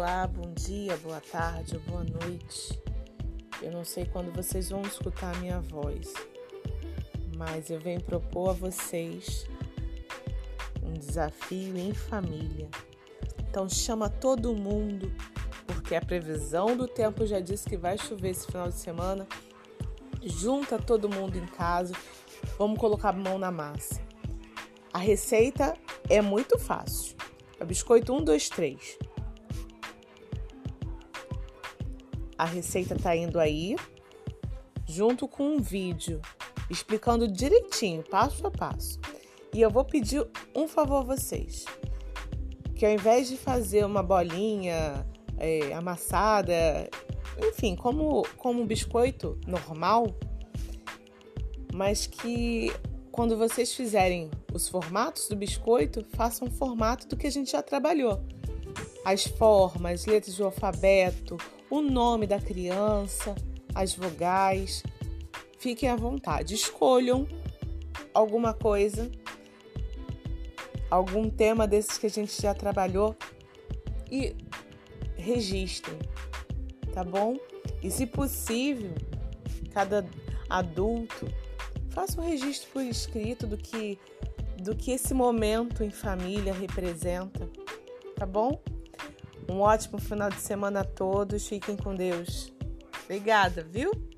Olá, bom dia, boa tarde, boa noite. Eu não sei quando vocês vão escutar a minha voz, mas eu venho propor a vocês um desafio em família. Então chama todo mundo, porque a previsão do tempo já disse que vai chover esse final de semana. Junta todo mundo em casa, vamos colocar a mão na massa. A receita é muito fácil. É biscoito 1, 2, 3. A receita tá indo aí, junto com um vídeo explicando direitinho, passo a passo. E eu vou pedir um favor a vocês, que ao invés de fazer uma bolinha amassada, enfim, como um biscoito normal, mas que quando vocês fizerem os formatos do biscoito, façam um formato do que a gente já trabalhou. As formas, letras do alfabeto, o nome da criança, as vogais. Fiquem à vontade, escolham alguma coisa, algum tema desses que a gente já trabalhou e registrem, tá bom? E se possível, cada adulto faça um registro por escrito do que esse momento em família representa, tá bom? Um ótimo final de semana a todos, fiquem com Deus. Obrigada, viu?